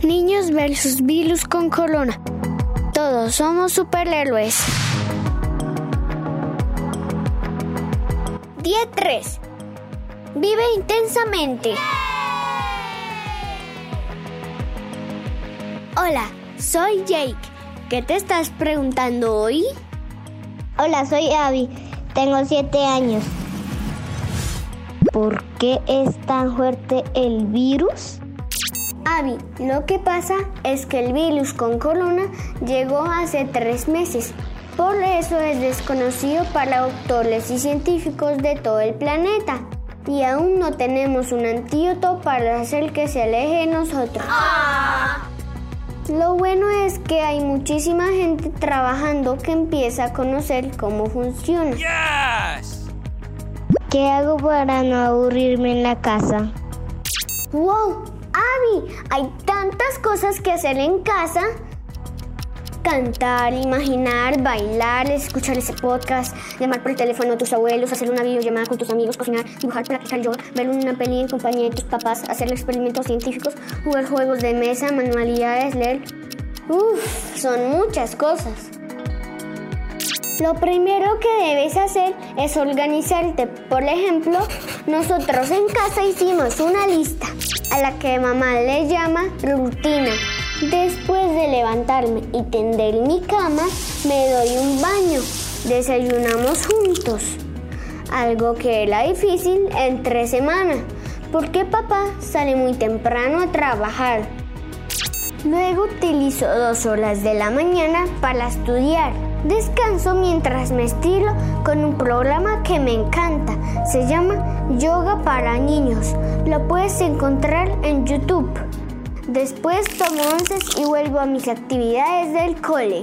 Niños versus virus con corona. Todos somos superhéroes. Día 3. Vive intensamente. Hola, soy Jake. ¿Qué te estás preguntando hoy? Hola, soy Abby. Tengo 7 años. ¿Por qué es tan fuerte el virus? Abby, lo que pasa es que el virus con corona llegó hace 3 meses. Por eso es desconocido para doctores y científicos de todo el planeta. Y aún no tenemos un antídoto para hacer que se aleje de nosotros. Lo bueno es que hay muchísima gente trabajando que empieza a conocer cómo funciona. Yes. ¿Qué hago para no aburrirme en la casa? ¡Wow! Abby, hay tantas cosas que hacer en casa. Cantar, imaginar, bailar, escuchar ese podcast, llamar por el teléfono a tus abuelos, hacer una videollamada con tus amigos, cocinar, dibujar, practicar yoga, ver una peli en compañía de tus papás, hacer experimentos científicos, jugar juegos de mesa, manualidades, leer. Son muchas cosas. Lo primero que debes hacer es organizarte. Por ejemplo, nosotros en casa hicimos una lista a la que mamá le llama rutina. Después de levantarme y tender mi cama, me doy un baño. Desayunamos juntos, algo que era difícil entre semana, porque papá sale muy temprano a trabajar. Luego utilizo 2 horas de la mañana para estudiar. Descanso mientras me estiro con un programa que me encanta. Se llama Yoga para Niños. Lo puedes encontrar en YouTube. Después tomo onces y vuelvo a mis actividades del cole.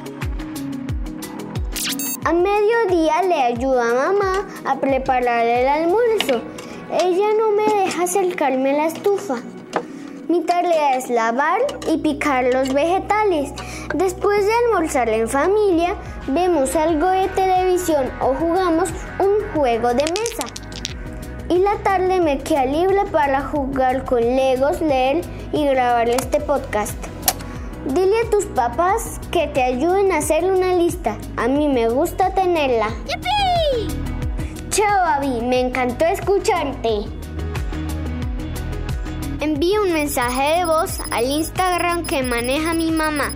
A mediodía le ayudo a mamá a preparar el almuerzo. Ella no me deja acercarme a la estufa. Mi tarea es lavar y picar los vegetales. Después de almorzar en familia, vemos algo de televisión o jugamos un juego de mesa. Y la tarde me queda libre para jugar con Legos, leer y grabar este podcast. Dile a tus papás que te ayuden a hacer una lista. A mí me gusta tenerla. ¡Yupi! Chao, Abby. Me encantó escucharte. Envía un mensaje de voz al Instagram que maneja mi mamá.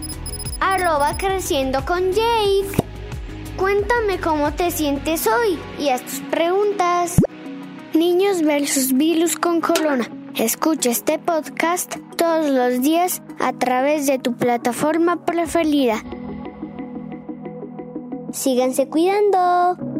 @creciendoconyake. Cuéntame cómo te sientes hoy y haz tus preguntas. Niños versus virus con corona. Escucha este podcast todos los días a través de tu plataforma preferida. Síganse cuidando.